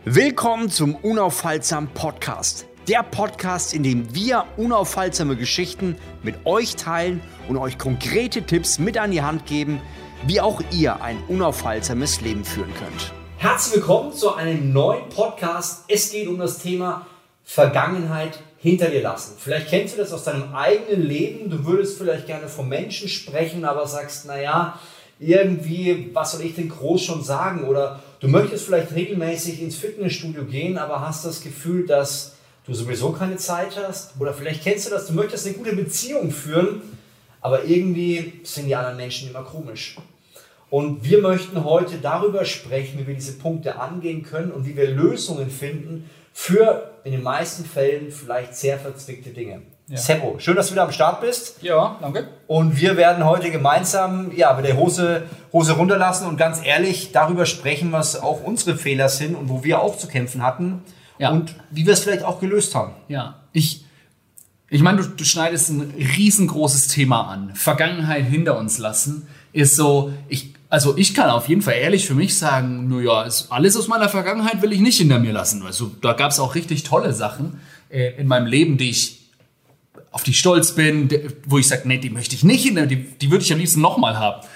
Willkommen zum Unaufhaltsam Podcast. Der Podcast, in dem wir unaufhaltsame Geschichten mit euch teilen und euch konkrete Tipps mit an die Hand geben, wie auch ihr ein unaufhaltsames Leben führen könnt. Herzlich willkommen zu einem neuen Podcast. Es geht um das Thema Vergangenheit hinter dir lassen. Vielleicht kennst du das aus deinem eigenen Leben. Du würdest vielleicht gerne von Menschen sprechen, aber sagst, naja, irgendwie, was soll ich denn groß schon sagen? Oder du möchtest vielleicht regelmäßig ins Fitnessstudio gehen, aber hast das Gefühl, dass du sowieso keine Zeit hast. Oder vielleicht kennst du das, du möchtest eine gute Beziehung führen, aber irgendwie sind die anderen Menschen immer komisch. Und wir möchten heute darüber sprechen, wie wir diese Punkte angehen können und wie wir Lösungen finden für in den meisten Fällen vielleicht sehr verzwickte Dinge. Ja. Seppo, schön, dass du wieder am Start bist. Ja, danke. Und wir werden heute gemeinsam mit der Hose runterlassen und ganz ehrlich darüber sprechen, was auch unsere Fehler sind und wo wir auch zu kämpfen hatten und wie wir es vielleicht auch gelöst haben. Ja, ich meine, du schneidest ein riesengroßes Thema an. Vergangenheit hinter uns lassen ist so, ich kann auf jeden Fall ehrlich für mich sagen, alles aus meiner Vergangenheit will ich nicht hinter mir lassen. Also da gab es auch richtig tolle Sachen in meinem Leben, die ich auf die stolz bin, wo ich sage, nee, die möchte ich nicht, die würde ich am liebsten nochmal haben.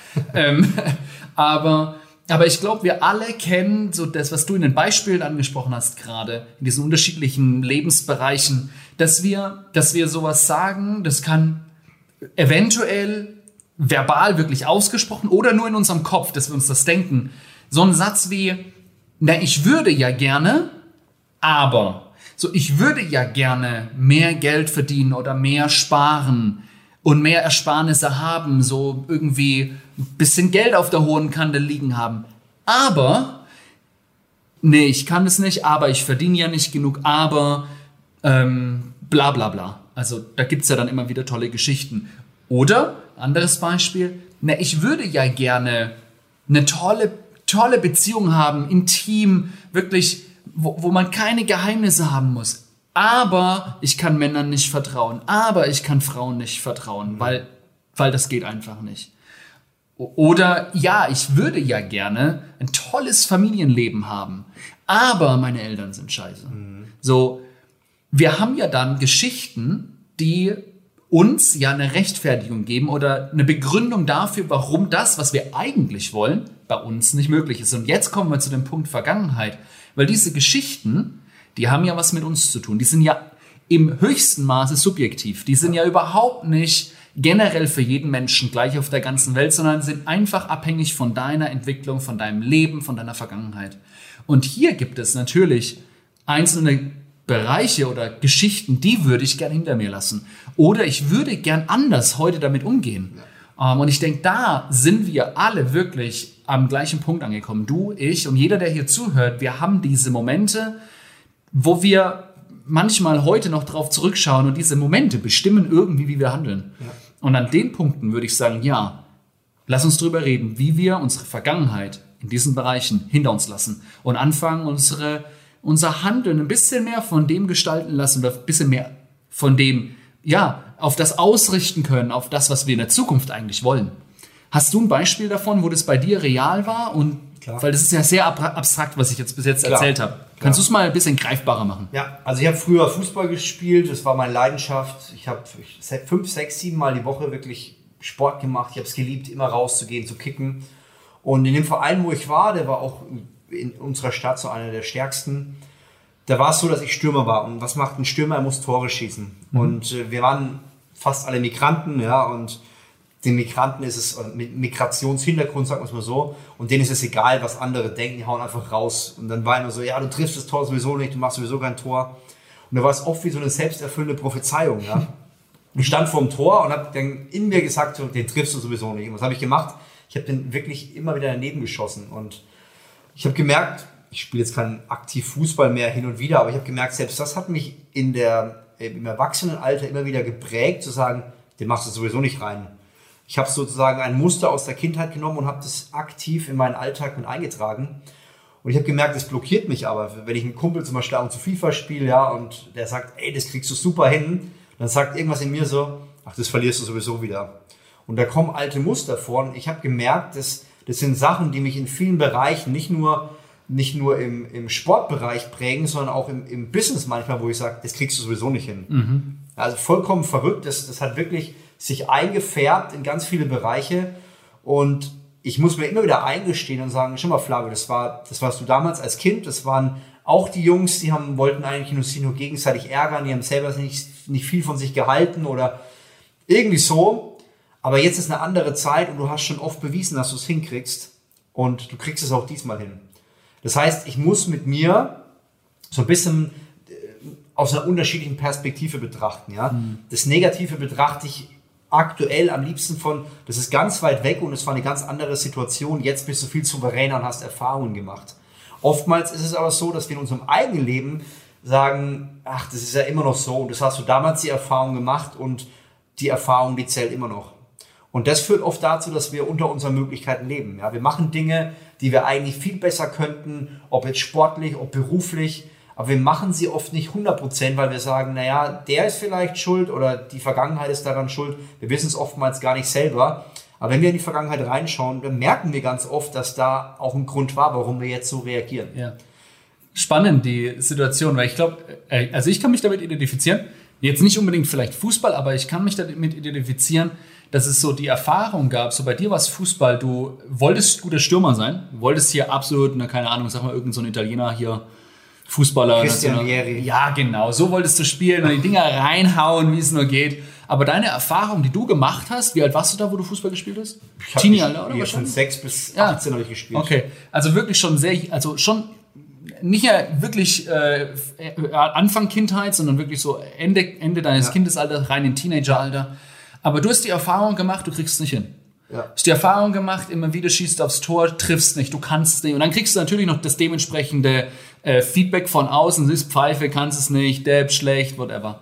Aber ich glaube, wir alle kennen so das, was du in den Beispielen angesprochen hast gerade, in diesen unterschiedlichen Lebensbereichen, dass wir sowas sagen, das kann eventuell verbal wirklich ausgesprochen oder nur in unserem Kopf, dass wir uns das denken. So ein Satz wie, ich würde ja gerne, aber... So, ich würde ja gerne mehr Geld verdienen oder mehr sparen und mehr Ersparnisse haben, so irgendwie ein bisschen Geld auf der hohen Kante liegen haben. Aber, ich kann es nicht, aber ich verdiene ja nicht genug, aber bla bla bla. Also da gibt's ja dann immer wieder tolle Geschichten. Oder, anderes Beispiel, ich würde ja gerne eine tolle Beziehung haben, intim, wirklich... Wo man keine Geheimnisse haben muss. Aber ich kann Männern nicht vertrauen. Aber ich kann Frauen nicht vertrauen, weil das geht einfach nicht. Oder ich würde ja gerne ein tolles Familienleben haben. Aber meine Eltern sind scheiße. So, wir haben ja dann Geschichten, die uns ja eine Rechtfertigung geben oder eine Begründung dafür, warum das, was wir eigentlich wollen, bei uns nicht möglich ist. Und jetzt kommen wir zu dem Punkt Vergangenheit. Weil diese Geschichten, die haben ja was mit uns zu tun. Die sind ja im höchsten Maße subjektiv. Die sind ja überhaupt nicht generell für jeden Menschen gleich auf der ganzen Welt, sondern sind einfach abhängig von deiner Entwicklung, von deinem Leben, von deiner Vergangenheit. Und hier gibt es natürlich einzelne Bereiche oder Geschichten, die würde ich gern hinter mir lassen. Oder ich würde gern anders heute damit umgehen. Und ich denke, da sind wir alle wirklich am gleichen Punkt angekommen. Du, ich und jeder, der hier zuhört, wir haben diese Momente, wo wir manchmal heute noch drauf zurückschauen und diese Momente bestimmen irgendwie, wie wir handeln. Ja. Und an den Punkten würde ich sagen, lass uns drüber reden, wie wir unsere Vergangenheit in diesen Bereichen hinter uns lassen und anfangen, unser Handeln ein bisschen mehr von dem gestalten lassen oder ein bisschen mehr von dem, auf das ausrichten können, auf das, was wir in der Zukunft eigentlich wollen. Hast du ein Beispiel davon, wo das bei dir real war? Und weil das ist ja sehr abstrakt, was ich jetzt bis jetzt erzählt habe. Kannst du es mal ein bisschen greifbarer machen? Ja, also ich habe früher Fußball gespielt, das war meine Leidenschaft. Ich habe 5, 6, 7 Mal die Woche wirklich Sport gemacht. Ich habe es geliebt, immer rauszugehen, zu kicken. Und in dem Verein, wo ich war, der war auch in unserer Stadt so einer der stärksten. Da war es so, dass ich Stürmer war. Und was macht ein Stürmer? Er muss Tore schießen. Und wir waren fast alle Migranten, und den Migranten ist es, mit Migrationshintergrund, sagen wir es mal so, und denen ist es egal, was andere denken, die hauen einfach raus. Und dann war immer so, du triffst das Tor sowieso nicht, du machst sowieso kein Tor. Und da war es oft wie so eine selbsterfüllende Prophezeiung. Ich stand vor dem Tor und habe dann in mir gesagt, den triffst du sowieso nicht. Und was habe ich gemacht? Ich habe den wirklich immer wieder daneben geschossen. Und ich habe gemerkt, ich spiele jetzt keinen aktiv Fußball mehr hin und wieder, aber ich habe gemerkt, selbst das hat mich im Erwachsenenalter immer wieder geprägt, zu sagen, den machst du sowieso nicht rein. Ich habe sozusagen ein Muster aus der Kindheit genommen und habe das aktiv in meinen Alltag mit eingetragen. Und ich habe gemerkt, das blockiert mich aber. Wenn ich einen Kumpel zum Beispiel zu FIFA spiele, und der sagt, das kriegst du super hin, dann sagt irgendwas in mir so, das verlierst du sowieso wieder. Und da kommen alte Muster vor. Und ich habe gemerkt, das sind Sachen, die mich in vielen Bereichen nicht nur nicht nur im Sportbereich prägen, sondern auch im Business manchmal, wo ich sage, das kriegst du sowieso nicht hin. Also vollkommen verrückt. Das hat wirklich sich eingefärbt in ganz viele Bereiche. Und ich muss mir immer wieder eingestehen und sagen, schau mal, Flavio, das warst du damals als Kind. Das waren auch die Jungs, die wollten eigentlich nur gegenseitig ärgern. Die haben selber nicht viel von sich gehalten oder irgendwie so. Aber jetzt ist eine andere Zeit und du hast schon oft bewiesen, dass du es hinkriegst. Und du kriegst es auch diesmal hin. Das heißt, ich muss mit mir so ein bisschen aus einer unterschiedlichen Perspektive betrachten. Ja? Das Negative betrachte ich aktuell am liebsten das ist ganz weit weg und es war eine ganz andere Situation. Jetzt bist du viel souveräner und hast Erfahrungen gemacht. Oftmals ist es aber so, dass wir in unserem eigenen Leben sagen, ach, das ist ja immer noch so und das hast du damals die Erfahrung gemacht und die Erfahrung, die zählt immer noch. Und das führt oft dazu, dass wir unter unseren Möglichkeiten leben. Ja, wir machen Dinge, die wir eigentlich viel besser könnten, ob jetzt sportlich, ob beruflich, aber wir machen sie oft nicht 100%, weil wir sagen, naja, der ist vielleicht schuld oder die Vergangenheit ist daran schuld. Wir wissen es oftmals gar nicht selber. Aber wenn wir in die Vergangenheit reinschauen, dann merken wir ganz oft, dass da auch ein Grund war, warum wir jetzt so reagieren. Ja. Spannend, die Situation, weil ich glaube, also ich kann mich damit identifizieren. Jetzt nicht unbedingt vielleicht Fußball, aber ich kann mich damit identifizieren, dass es so die Erfahrung gab, so bei dir war es Fußball, du wolltest guter Stürmer sein, du wolltest hier absolut, keine Ahnung, sag mal irgend so ein Italiener hier, Fußballer. Christian Vieri. Ja, genau, so wolltest du spielen und die Dinger reinhauen, wie es nur geht. Aber deine Erfahrung, die du gemacht hast, wie alt warst du da, wo du Fußball gespielt hast? Teenie-Alter, oder? Von 6 bis 18 habe ich gespielt. Okay, also wirklich schon schon nicht ja wirklich Anfang Kindheit, sondern wirklich so Ende deines Kindesalters, rein in Teenageralter. Aber du hast die Erfahrung gemacht, du kriegst es nicht hin. Ja. Du hast die Erfahrung gemacht, immer wieder schießt aufs Tor, triffst nicht, du kannst es nicht. Und dann kriegst du natürlich noch das dementsprechende Feedback von außen, siehst Pfeife, kannst es nicht, Depp, schlecht, whatever.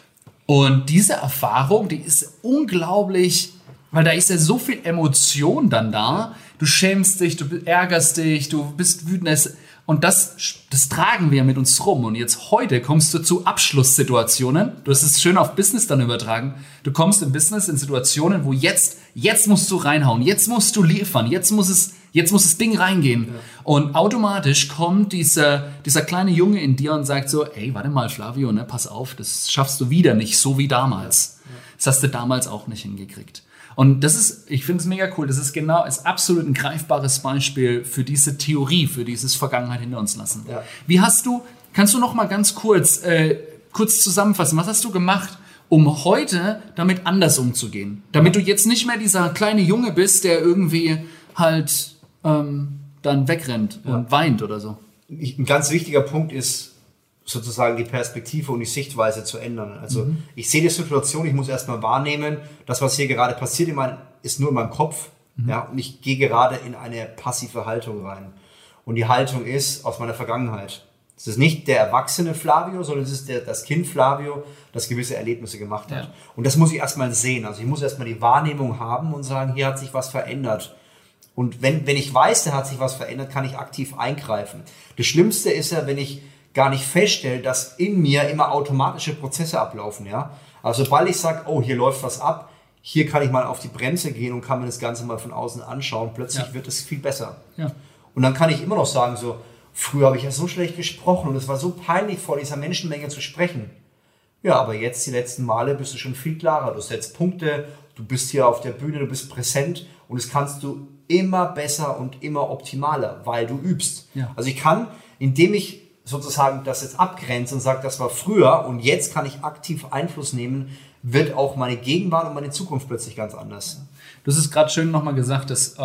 Und diese Erfahrung, die ist unglaublich, weil da ist ja so viel Emotion dann da. Du schämst dich, du ärgerst dich, du bist wütend. Und das tragen wir mit uns rum. Und jetzt heute kommst du zu Abschlusssituationen. Du hast es schön auf Business dann übertragen. Du kommst im Business in Situationen, wo jetzt musst du reinhauen, jetzt musst du liefern, jetzt muss das Ding reingehen. Ja. Und automatisch kommt dieser kleine Junge in dir und sagt so, ey, warte mal, Flavio, ne, pass auf, das schaffst du wieder nicht, so wie damals. Ja. Das hast du damals auch nicht hingekriegt. Und ich finde es mega cool. Das ist absolut ein greifbares Beispiel für diese Theorie, für dieses Vergangenheit hinter uns lassen. Ja. Kannst du noch mal ganz kurz zusammenfassen, was hast du gemacht, um heute damit anders umzugehen? Damit du jetzt nicht mehr dieser kleine Junge bist, der irgendwie halt dann wegrennt und weint oder so. Ein ganz wichtiger Punkt ist, sozusagen die Perspektive und die Sichtweise zu ändern. Also ich sehe die Situation, ich muss erstmal wahrnehmen, das, was hier gerade passiert, ist nur in meinem Kopf. Ja, und ich gehe gerade in eine passive Haltung rein. Und die Haltung ist aus meiner Vergangenheit. Es ist nicht der erwachsene Flavio, sondern es ist das Kind Flavio, das gewisse Erlebnisse gemacht hat. Ja. Und das muss ich erstmal sehen. Also ich muss erstmal die Wahrnehmung haben und sagen, hier hat sich was verändert. Und wenn ich weiß, da hat sich was verändert, kann ich aktiv eingreifen. Das Schlimmste ist ja, wenn ich gar nicht feststelle, dass in mir immer automatische Prozesse ablaufen. Ja? Also sobald ich sage, oh, hier läuft was ab, hier kann ich mal auf die Bremse gehen und kann mir das Ganze mal von außen anschauen, plötzlich wird es viel besser. Ja. Und dann kann ich immer noch sagen, so, früher habe ich ja so schlecht gesprochen und es war so peinlich, vor dieser Menschenmenge zu sprechen. Ja, aber jetzt, die letzten Male, bist du schon viel klarer. Du setzt Punkte, du bist hier auf der Bühne, du bist präsent und das kannst du immer besser und immer optimaler, weil du übst. Ja. Also ich kann, indem ich sozusagen das jetzt abgrenze und sage, das war früher und jetzt kann ich aktiv Einfluss nehmen, wird auch meine Gegenwart und meine Zukunft plötzlich ganz anders. Du hast es gerade schön nochmal gesagt, dass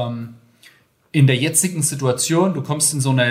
in der jetzigen Situation, du kommst in so eine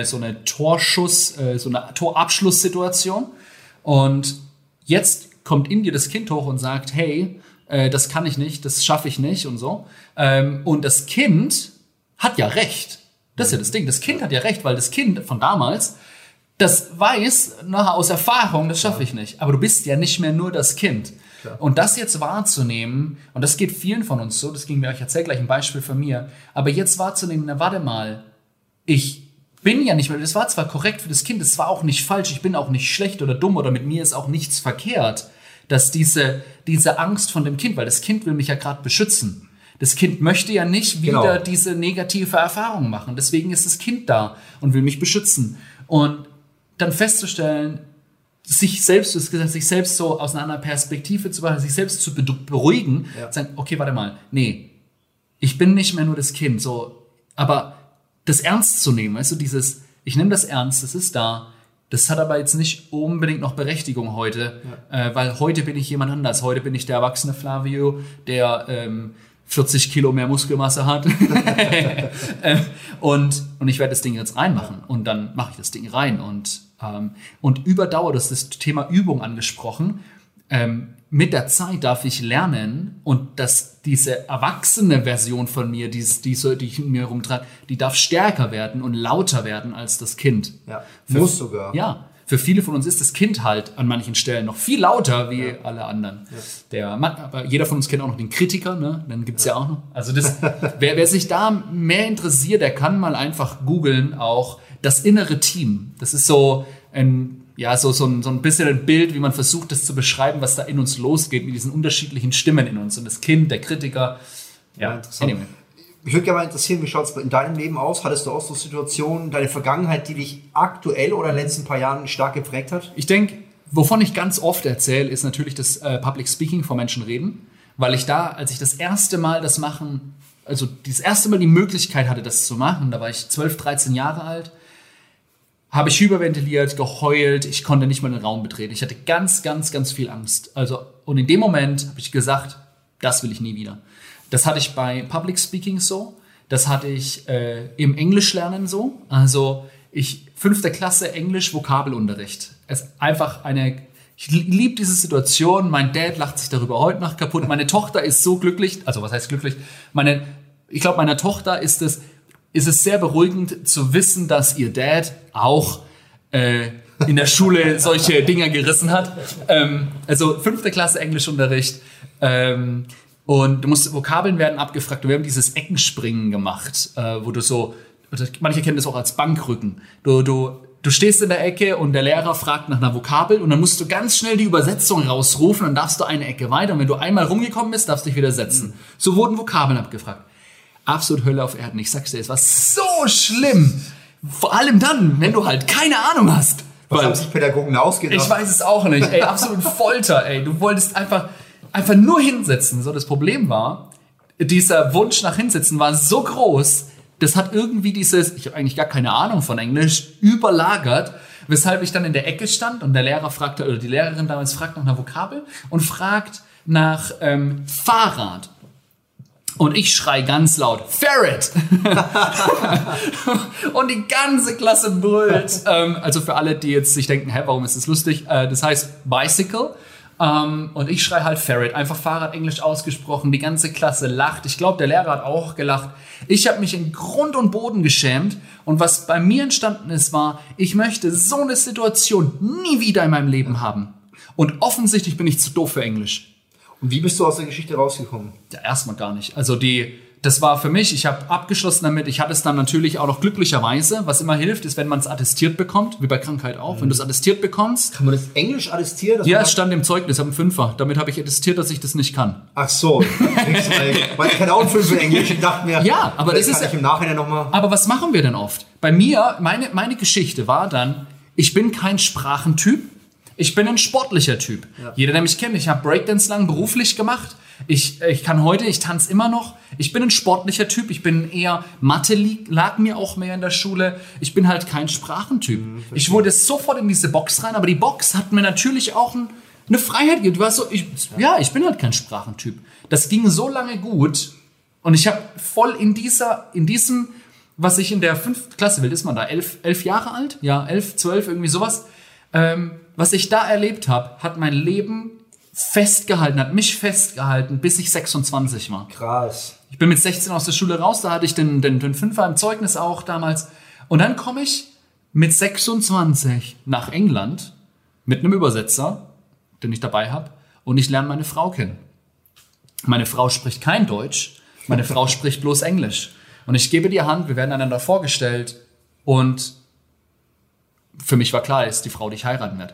Torabschlusssituation und jetzt kommt in dir das Kind hoch und sagt, hey, das kann ich nicht, das schaffe ich nicht und so. Und das Kind hat ja recht. Das ist ja das Ding. Das Kind hat ja recht, weil das Kind von damals, das weiß nachher aus Erfahrung, das schaffe ich nicht. Aber du bist ja nicht mehr nur das Kind. Klar. Und das jetzt wahrzunehmen, und das geht vielen von uns so, das ging mir, ich erzähle gleich ein Beispiel von mir, aber jetzt wahrzunehmen, na warte mal, ich bin ja nicht mehr, das war zwar korrekt für das Kind, das war auch nicht falsch, ich bin auch nicht schlecht oder dumm oder mit mir ist auch nichts verkehrt, dass diese Angst von dem Kind, weil das Kind will mich ja gerade beschützen, Das Kind möchte ja nicht wieder diese negative Erfahrung machen. Deswegen ist das Kind da und will mich beschützen. Und dann festzustellen, sich selbst so aus einer anderen Perspektive zu behalten, sich selbst zu beruhigen, sagen, okay, warte mal, nee, ich bin nicht mehr nur das Kind, so, aber das ernst zu nehmen, weißt du, ich nehme das ernst, das ist da, das hat aber jetzt nicht unbedingt noch Berechtigung heute, weil heute bin ich jemand anders, heute bin ich der erwachsene Flavio, der 40 Kilo mehr Muskelmasse hat und ich werde das Ding jetzt reinmachen und dann mache ich das Ding rein und über Dauer, das ist das Thema Übung angesprochen, mit der Zeit darf ich lernen und diese erwachsene Version von mir, die ich in mir rumtrage, die darf stärker werden und lauter werden als das Kind. Ja, muss sogar. Ja, für viele von uns ist das Kind halt an manchen Stellen noch viel lauter wie alle anderen. Ja. Aber jeder von uns kennt auch noch den Kritiker, ne? Dann gibt's ja auch noch. Also wer sich da mehr interessiert, der kann mal einfach googeln auch das innere Team. Das ist so ein bisschen ein Bild, wie man versucht, das zu beschreiben, was da in uns losgeht, mit diesen unterschiedlichen Stimmen in uns. Und das Kind, der Kritiker. Ja, interessant. Anyway. Mich würde gerne mal interessieren, wie schaut es in deinem Leben aus? Hattest du auch so Situationen, deine Vergangenheit, die dich aktuell oder in den letzten paar Jahren stark geprägt hat? Ich denke, wovon ich ganz oft erzähle, ist natürlich das Public Speaking, vor Menschen reden. Weil ich da, als ich das erste Mal die Möglichkeit hatte, das zu machen, da war ich 12, 13 Jahre alt, habe ich hyperventiliert, geheult, ich konnte nicht mal den Raum betreten. Ich hatte ganz, ganz, ganz viel Angst. Und in dem Moment habe ich gesagt, das will ich nie wieder. Das hatte ich bei Public Speaking so, das hatte ich im Englischlernen so. Also 5. Klasse Englisch Vokabelunterricht. Ich liebe diese Situation, mein Dad lacht sich darüber heute noch kaputt, meine Tochter ist so glücklich, also was heißt glücklich? Ich glaube, meiner Tochter ist es sehr beruhigend zu wissen, dass ihr Dad auch in der Schule solche Dinger gerissen hat. 5. Klasse Englischunterricht. Und Vokabeln werden abgefragt. Wir haben dieses Eckenspringen gemacht, wo du so, manche kennen das auch als Bankrücken. Du stehst in der Ecke und der Lehrer fragt nach einer Vokabel und dann musst du ganz schnell die Übersetzung rausrufen, dann darfst du eine Ecke weiter und wenn du einmal rumgekommen bist, darfst du dich wieder setzen. So wurden Vokabeln abgefragt. Absolut Hölle auf Erden. Ich sag's dir, es war so schlimm. Vor allem dann, wenn du halt keine Ahnung hast. Was haben sich Pädagogen ausgedacht? Ich weiß es auch nicht. Ey, absolut Folter. Ey, du wolltest einfach nur hinsetzen. So, das Problem war, dieser Wunsch nach Hinsetzen war so groß, das hat irgendwie ich habe eigentlich gar keine Ahnung von Englisch, überlagert, weshalb ich dann in der Ecke stand und der Lehrer fragte, oder die Lehrerin damals fragt nach einer Vokabel und fragt nach Fahrrad. Und ich schrei ganz laut, Ferret! Und die ganze Klasse brüllt. Also für alle, die jetzt sich denken, warum ist das lustig? Das heißt Bicycle. Und ich schrei halt Ferret, einfach Fahrrad, Englisch ausgesprochen. Die ganze Klasse lacht. Ich glaube, der Lehrer hat auch gelacht. Ich habe mich in Grund und Boden geschämt. Und was bei mir entstanden ist, war, ich möchte so eine Situation nie wieder in meinem Leben haben. Und offensichtlich bin ich zu doof für Englisch. Und wie bist du aus der Geschichte rausgekommen? Ja, erstmal gar nicht. Also das war für mich, ich habe abgeschlossen damit, ich hatte es dann natürlich auch noch glücklicherweise, was immer hilft, ist, wenn man es attestiert bekommt, wie bei Krankheit auch, wenn du es attestiert bekommst. Kann man das Englisch attestieren? Ja, es stand im Zeugnis, ich habe einen 5er. Damit habe ich attestiert, dass ich das nicht kann. Ach so, weil ich kann auch einen 5 in Englisch. Ich dachte mir, ja, aber das ist ich im Nachhinein nochmal. Aber was machen wir denn oft? Bei mir, meine Geschichte war dann, ich bin kein Sprachentyp. Ich bin ein sportlicher Typ. Ja. Jeder, der mich kennt, ich habe Breakdance lang beruflich gemacht. Ich kann heute, ich tanze immer noch. Ich bin ein sportlicher Typ. Ich bin eher, Mathe lag mir auch mehr in der Schule. Ich bin halt kein Sprachentyp. Ich wurde sofort in diese Box rein, aber die Box hat mir natürlich auch eine Freiheit gegeben. Ich bin halt kein Sprachentyp. Das ging so lange gut und ich habe voll in diesem, was ich in der 5. Klasse, wie alt ist man da? 11 Jahre alt? Ja, 11, 12, irgendwie sowas. Was ich da erlebt habe, hat mein Leben hat mich festgehalten, bis ich 26 war. Krass. Ich bin mit 16 aus der Schule raus, da hatte ich den 5er im Zeugnis auch damals. Und dann komme ich mit 26 nach England mit einem Übersetzer, den ich dabei habe, und ich lerne meine Frau kennen. Meine Frau spricht kein Deutsch, meine Frau spricht bloß Englisch. Und ich gebe die Hand, wir werden einander vorgestellt und für mich war klar, ist die Frau, die ich heiraten werde.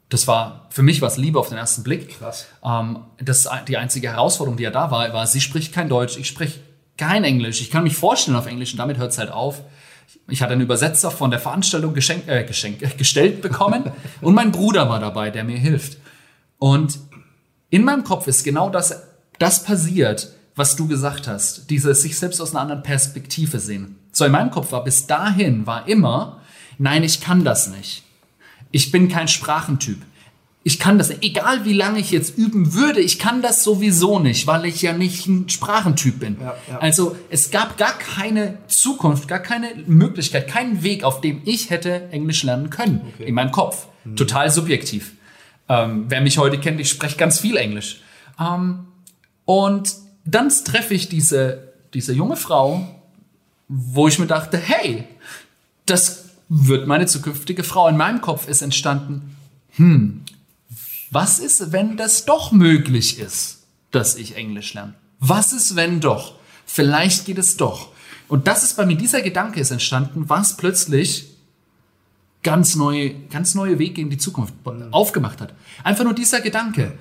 Das war, für mich war es Liebe auf den ersten Blick. Krass. Die einzige Herausforderung, die ja da war, sie spricht kein Deutsch, ich spreche kein Englisch. Ich kann mich vorstellen auf Englisch und damit hört es halt auf. Ich hatte einen Übersetzer von der Veranstaltung gestellt bekommen und mein Bruder war dabei, der mir hilft. Und in meinem Kopf ist genau das passiert, was du gesagt hast. Dieses sich selbst aus einer anderen Perspektive sehen. So in meinem Kopf bis dahin war immer, nein, ich kann das nicht. Ich bin kein Sprachentyp. Ich kann das nicht. Egal wie lange ich jetzt üben würde, ich kann das sowieso nicht, weil ich ja nicht ein Sprachentyp bin. Ja. Also es gab gar keine Zukunft, gar keine Möglichkeit, keinen Weg, auf dem ich hätte Englisch lernen können. Okay. In meinem Kopf. Total subjektiv. Wer mich heute kennt, ich spreche ganz viel Englisch. Und dann treffe ich diese junge Frau, wo ich mir dachte, hey, das wird meine zukünftige Frau. In meinem Kopf ist entstanden, was ist, wenn das doch möglich ist, dass ich Englisch lerne? Was ist, wenn doch? Vielleicht geht es doch. Und das ist bei mir, dieser Gedanke ist entstanden, was plötzlich ganz neue Wege in die Zukunft aufgemacht hat. Einfach nur dieser Gedanke,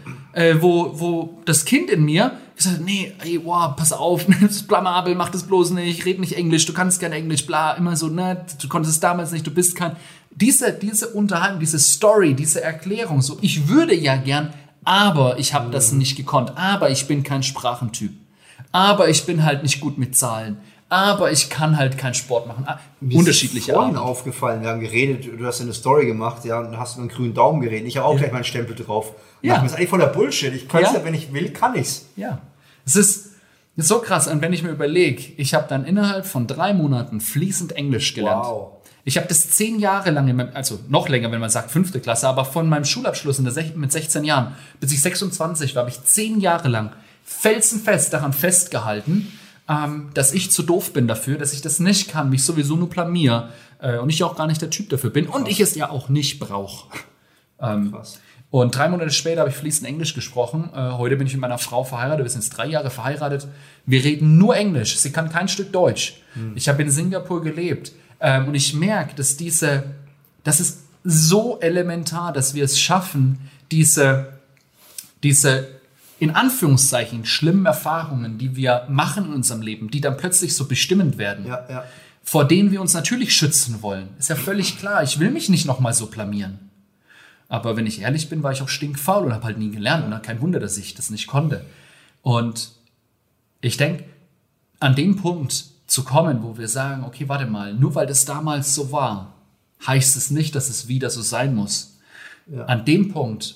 wo das Kind in mir gesagt hat, nee, ey, wow, pass auf, das ist blamabel, mach das bloß nicht, red nicht Englisch, du kannst kein Englisch, bla, immer so, ne, du konntest es damals nicht, du bist kein... Diese Unterhaltung, diese Story, diese Erklärung, so, ich würde ja gern, aber ich habe das nicht gekonnt, aber ich bin kein Sprachentyp, aber ich bin halt nicht gut mit Zahlen, aber ich kann halt keinen Sport machen. Unterschiedliche Arten. Mir ist vorhin aufgefallen, wir haben geredet, du hast eine Story gemacht, ja, und hast über einen grünen Daumen geredet. Ich habe auch gleich meinen Stempel drauf. Ja. Das ist eigentlich voller Bullshit. Ich kann es ja, wenn ich will, kann ich's. Ja. Es ist so krass. Und wenn ich mir überlege, ich habe dann innerhalb von 3 Monaten fließend Englisch gelernt. Wow. Ich habe das 10 Jahre lang, also noch länger, wenn man sagt 5. Klasse, aber von meinem Schulabschluss mit 16 Jahren, bis ich 26 war, habe ich 10 Jahre lang felsenfest daran festgehalten, dass ich zu doof bin dafür, dass ich das nicht kann, mich sowieso nur blamier und ich auch gar nicht der Typ dafür bin und ich es ja auch nicht brauche. Und 3 Monate später habe ich fließend Englisch gesprochen. Heute bin ich mit meiner Frau verheiratet, wir sind jetzt 3 Jahre verheiratet. Wir reden nur Englisch, sie kann kein Stück Deutsch. Ich habe in Singapur gelebt und ich merke, dass das ist so elementar, dass wir es schaffen, diese in Anführungszeichen schlimmen Erfahrungen, die wir machen in unserem Leben, die dann plötzlich so bestimmend werden, vor denen wir uns natürlich schützen wollen. Ist ja völlig klar, ich will mich nicht nochmal so blamieren. Aber wenn ich ehrlich bin, war ich auch stinkfaul und habe halt nie gelernt. Und kein Wunder, dass ich das nicht konnte. Und ich denke, an den Punkt zu kommen, wo wir sagen, okay, warte mal, nur weil das damals so war, heißt es nicht, dass es wieder so sein muss. Ja. An dem Punkt,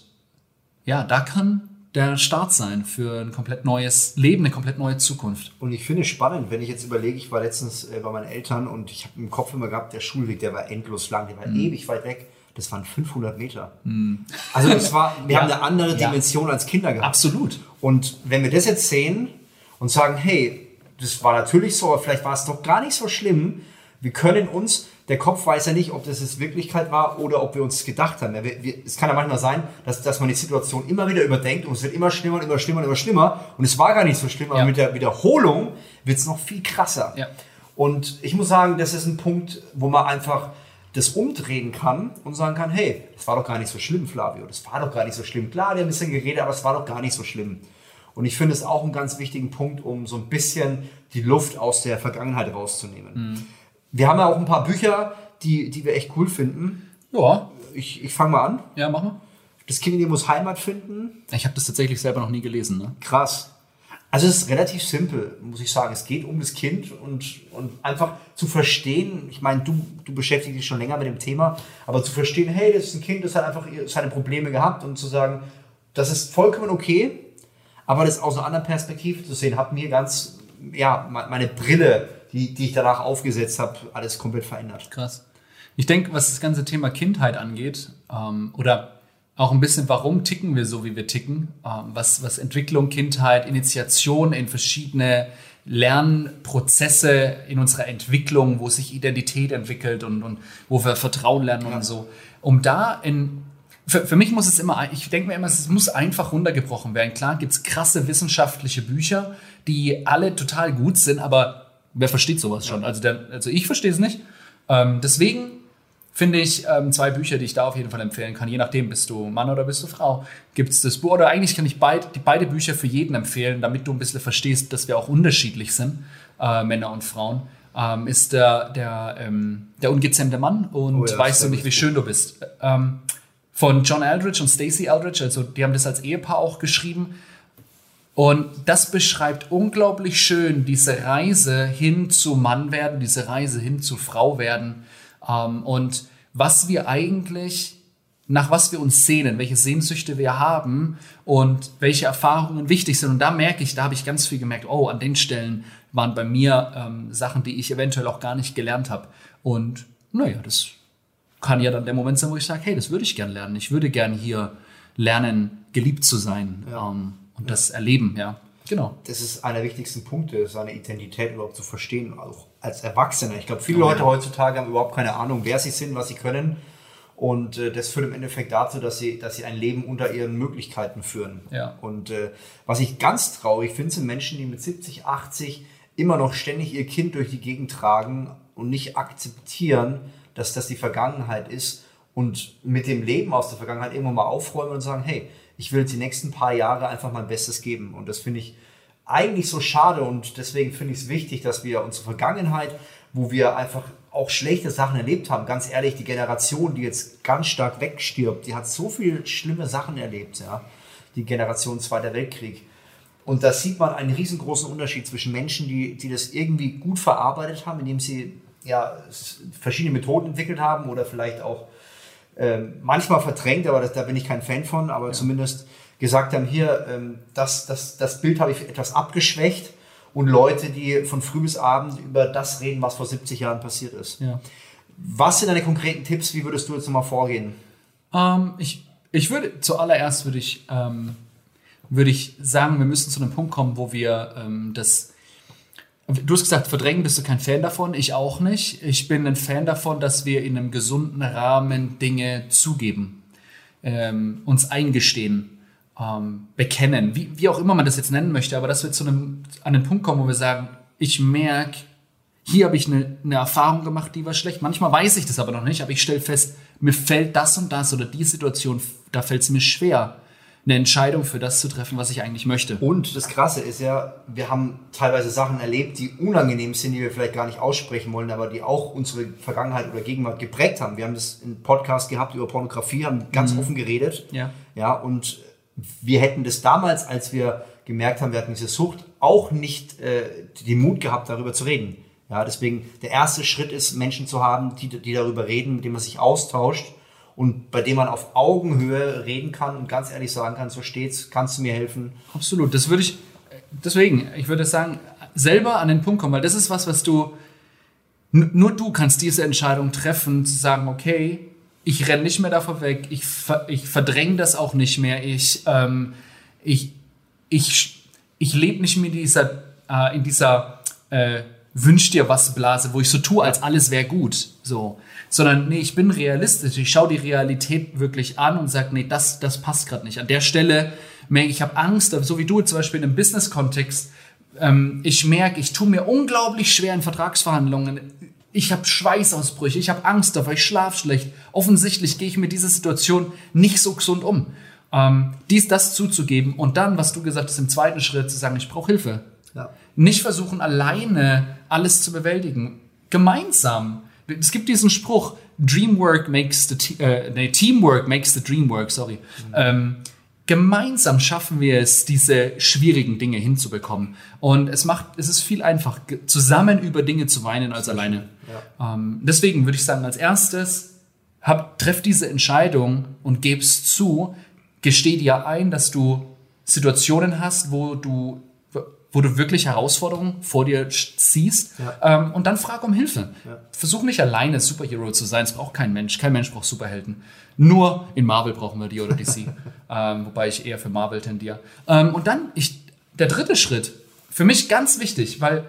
ja, da kann der Start sein für ein komplett neues Leben, eine komplett neue Zukunft. Und ich finde es spannend, wenn ich jetzt überlege, ich war letztens bei meinen Eltern und ich habe im Kopf immer gehabt, der Schulweg, der war endlos lang, der war ewig weit weg. Das waren 500 Meter. Also wir haben eine andere Dimension als Kinder gehabt. Absolut. Und wenn wir das jetzt sehen und sagen, hey, das war natürlich so, aber vielleicht war es doch gar nicht so schlimm, wir können uns, der Kopf weiß ja nicht, ob das jetzt Wirklichkeit war oder ob wir uns das gedacht haben. Es kann ja manchmal sein, dass man die Situation immer wieder überdenkt und es wird immer schlimmer und immer schlimmer und immer schlimmer und es war gar nicht so schlimm, aber mit der Wiederholung wird es noch viel krasser. Ja. Und ich muss sagen, das ist ein Punkt, wo man einfach das umdrehen kann und sagen kann, hey, das war doch gar nicht so schlimm, Flavio, das war doch gar nicht so schlimm. Klar, der hat ein bisschen geredet, aber es war doch gar nicht so schlimm. Und ich finde es auch einen ganz wichtigen Punkt, um so ein bisschen die Luft aus der Vergangenheit rauszunehmen. Wir haben ja auch ein paar Bücher, die wir echt cool finden. Ja. Ich fange mal an. Ja, mach mal. Das Kind in dir muss Heimat finden. Ich habe das tatsächlich selber noch nie gelesen. Ne? Krass. Also es ist relativ simpel, muss ich sagen. Es geht um das Kind und einfach zu verstehen, ich meine, du beschäftigst dich schon länger mit dem Thema, aber zu verstehen, hey, das ist ein Kind, das hat einfach seine Probleme gehabt und zu sagen, das ist vollkommen okay, aber das aus einer anderen Perspektive zu sehen, hat mir ganz, meine Brille, die ich danach aufgesetzt habe, alles komplett verändert. Krass. Ich denke, was das ganze Thema Kindheit angeht, oder auch ein bisschen, warum ticken wir so, wie wir ticken, was Entwicklung, Kindheit, Initiation in verschiedene Lernprozesse in unserer Entwicklung, wo sich Identität entwickelt und wo wir Vertrauen lernen und so. Für mich muss es immer, ich denke mir immer, es muss einfach runtergebrochen werden. Klar gibt es krasse wissenschaftliche Bücher, die alle total gut sind, aber wer versteht sowas schon? Also ich verstehe es nicht. Deswegen finde ich 2 Bücher, die ich da auf jeden Fall empfehlen kann. Je nachdem, bist du Mann oder bist du Frau, gibt es das Buch. Oder eigentlich kann ich beide Bücher für jeden empfehlen, damit du ein bisschen verstehst, dass wir auch unterschiedlich sind, Männer und Frauen. Ist der ungezähmte Mann und weißt du nicht, wie schön du bist. Von John Eldredge und Stacey Eldredge, also die haben das als Ehepaar auch geschrieben. Und das beschreibt unglaublich schön diese Reise hin zu Mann werden, diese Reise hin zu Frau werden. Und was wir eigentlich, nach was wir uns sehnen, welche Sehnsüchte wir haben und welche Erfahrungen wichtig sind. Und da habe ich ganz viel gemerkt, an den Stellen waren bei mir Sachen, die ich eventuell auch gar nicht gelernt habe. Und naja, das kann ja dann der Moment sein, wo ich sage, hey, das würde ich gern lernen. Ich würde gern hier lernen, geliebt zu sein und das erleben, ja. Genau. Das ist einer der wichtigsten Punkte, seine Identität überhaupt zu verstehen, auch als Erwachsener. Ich glaube, viele Leute heutzutage haben überhaupt keine Ahnung, wer sie sind, was sie können. Und das führt im Endeffekt dazu, dass sie ein Leben unter ihren Möglichkeiten führen. Ja. Und was ich ganz traurig finde, sind Menschen, die mit 70, 80 immer noch ständig ihr Kind durch die Gegend tragen und nicht akzeptieren, dass das die Vergangenheit ist und mit dem Leben aus der Vergangenheit irgendwann mal aufräumen und sagen, hey, ich will jetzt die nächsten paar Jahre einfach mein Bestes geben. Und das finde ich eigentlich so schade und deswegen finde ich es wichtig, dass wir unsere Vergangenheit, wo wir einfach auch schlechte Sachen erlebt haben, ganz ehrlich, die Generation, die jetzt ganz stark wegstirbt, die hat so viele schlimme Sachen erlebt, ja, die Generation Zweiter Weltkrieg. Und da sieht man einen riesengroßen Unterschied zwischen Menschen, die das irgendwie gut verarbeitet haben, indem sie verschiedene Methoden entwickelt haben oder vielleicht auch manchmal verdrängt, aber da bin ich kein Fan von, aber zumindest gesagt haben, hier, das Bild habe ich etwas abgeschwächt und Leute, die von früh bis abend über das reden, was vor 70 Jahren passiert ist. Ja. Was sind deine konkreten Tipps? Wie würdest du jetzt nochmal vorgehen? Ich würde, zuallererst würde ich sagen, wir müssen zu einem Punkt kommen, wo wir du hast gesagt, verdrängen bist du kein Fan davon, ich auch nicht. Ich bin ein Fan davon, dass wir in einem gesunden Rahmen Dinge zugeben, uns eingestehen, bekennen, wie auch immer man das jetzt nennen möchte, aber dass wir an einen Punkt kommen, wo wir sagen, ich merke, hier habe ich eine Erfahrung gemacht, die war schlecht. Manchmal weiß ich das aber noch nicht, aber ich stelle fest, mir fällt das und das oder die Situation, da fällt es mir schwer, eine Entscheidung für das zu treffen, was ich eigentlich möchte. Und das Krasse ist ja, wir haben teilweise Sachen erlebt, die unangenehm sind, die wir vielleicht gar nicht aussprechen wollen, aber die auch unsere Vergangenheit oder Gegenwart geprägt haben. Wir haben das im Podcast gehabt über Pornografie, haben ganz offen geredet. Ja, und wir hätten das damals, als wir gemerkt haben, wir hatten diese Sucht, auch nicht den Mut gehabt, darüber zu reden. Ja, deswegen der erste Schritt ist, Menschen zu haben, die darüber reden, mit denen man sich austauscht. Und bei dem man auf Augenhöhe reden kann und ganz ehrlich sagen kann, so steht's, kannst du mir helfen? Absolut, ich würde sagen, selber an den Punkt kommen, weil das ist was nur du kannst diese Entscheidung treffen, zu sagen, okay, ich renne nicht mehr davor weg, ich verdränge das auch nicht mehr, ich lebe nicht mehr in dieser Wünsch dir was Blase, wo ich so tue, als alles wäre gut, so. Sondern, nee, ich bin realistisch. Ich schaue die Realität wirklich an und sage, nee, das passt gerade nicht. An der Stelle merke ich, habe Angst, so wie du zum Beispiel in einem Business-Kontext. Ich merke, ich tue mir unglaublich schwer in Vertragsverhandlungen. Ich habe Schweißausbrüche, ich habe Angst davor, ich schlafe schlecht. Offensichtlich gehe ich mit dieser Situation nicht so gesund um. Das zuzugeben und dann, was du gesagt hast, im zweiten Schritt zu sagen, ich brauche Hilfe. Ja. Nicht versuchen, alleine alles zu bewältigen. Gemeinsam. Es gibt diesen Spruch, Teamwork makes the dream work, sorry. Gemeinsam schaffen wir es, diese schwierigen Dinge hinzubekommen. Und es ist viel einfacher, zusammen über Dinge zu weinen als alleine. Ja. Deswegen würde ich sagen, als erstes, treff diese Entscheidung und geb's zu, gesteh dir ein, dass du Situationen hast, wo du wirklich Herausforderungen vor dir siehst, und dann frag um Hilfe. Ja. Versuch nicht alleine Superhero zu sein, es braucht kein Mensch. Kein Mensch braucht Superhelden. Nur in Marvel brauchen wir die oder DC, wobei ich eher für Marvel tendiere. Und dann, der dritte Schritt, für mich ganz wichtig, weil,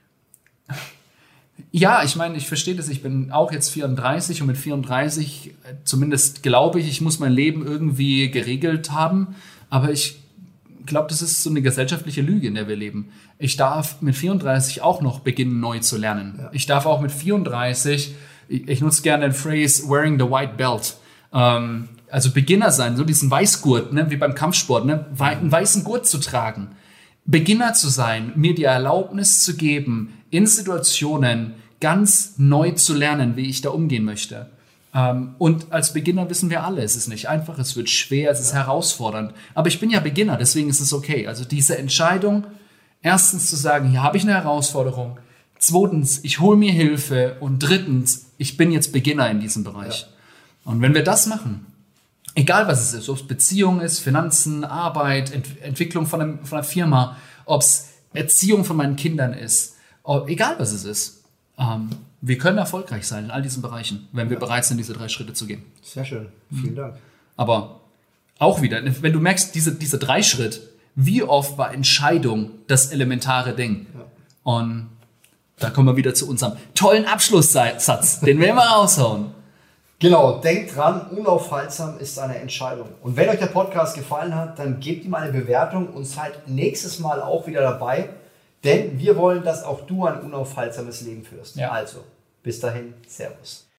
ja, ich meine, ich verstehe das, ich bin auch jetzt 34 und mit 34, zumindest glaube ich muss mein Leben irgendwie geregelt haben, aber ich glaube, das ist so eine gesellschaftliche Lüge, in der wir leben. Ich darf mit 34 auch noch beginnen, neu zu lernen. Ja. Ich darf auch mit 34 ich nutze gerne den Phrase wearing the white belt. Also Beginner sein, so diesen Weißgurt, ne, wie beim Kampfsport, ne, einen weißen Gurt zu tragen. Beginner zu sein, mir die Erlaubnis zu geben, in Situationen ganz neu zu lernen, wie ich da umgehen möchte. Und als Beginner wissen wir alle, es ist nicht einfach, es wird schwer, es ist herausfordernd. Aber ich bin ja Beginner, deswegen ist es okay. Also diese Entscheidung, erstens zu sagen, hier habe ich eine Herausforderung. Zweitens, ich hole mir Hilfe. Und drittens, ich bin jetzt Beginner in diesem Bereich. Ja. Und wenn wir das machen, egal was es ist, ob es Beziehung ist, Finanzen, Arbeit, Entwicklung von einer Firma, ob es Erziehung von meinen Kindern ist, egal was es ist, wir können erfolgreich sein in all diesen Bereichen, wenn wir bereit sind, diese 3 Schritte zu gehen. Sehr schön. Vielen Dank. Aber auch wieder, wenn du merkst, diese 3 Schritte, wie oft war Entscheidung das elementare Ding? Ja. Und da kommen wir wieder zu unserem tollen Abschlusssatz, den wir immer raushauen. Genau, denkt dran, unaufhaltsam ist eine Entscheidung. Und wenn euch der Podcast gefallen hat, dann gebt ihm eine Bewertung und seid nächstes Mal auch wieder dabei. Denn wir wollen, dass auch du ein unaufhaltsames Leben führst. Ja. Also, bis dahin, Servus.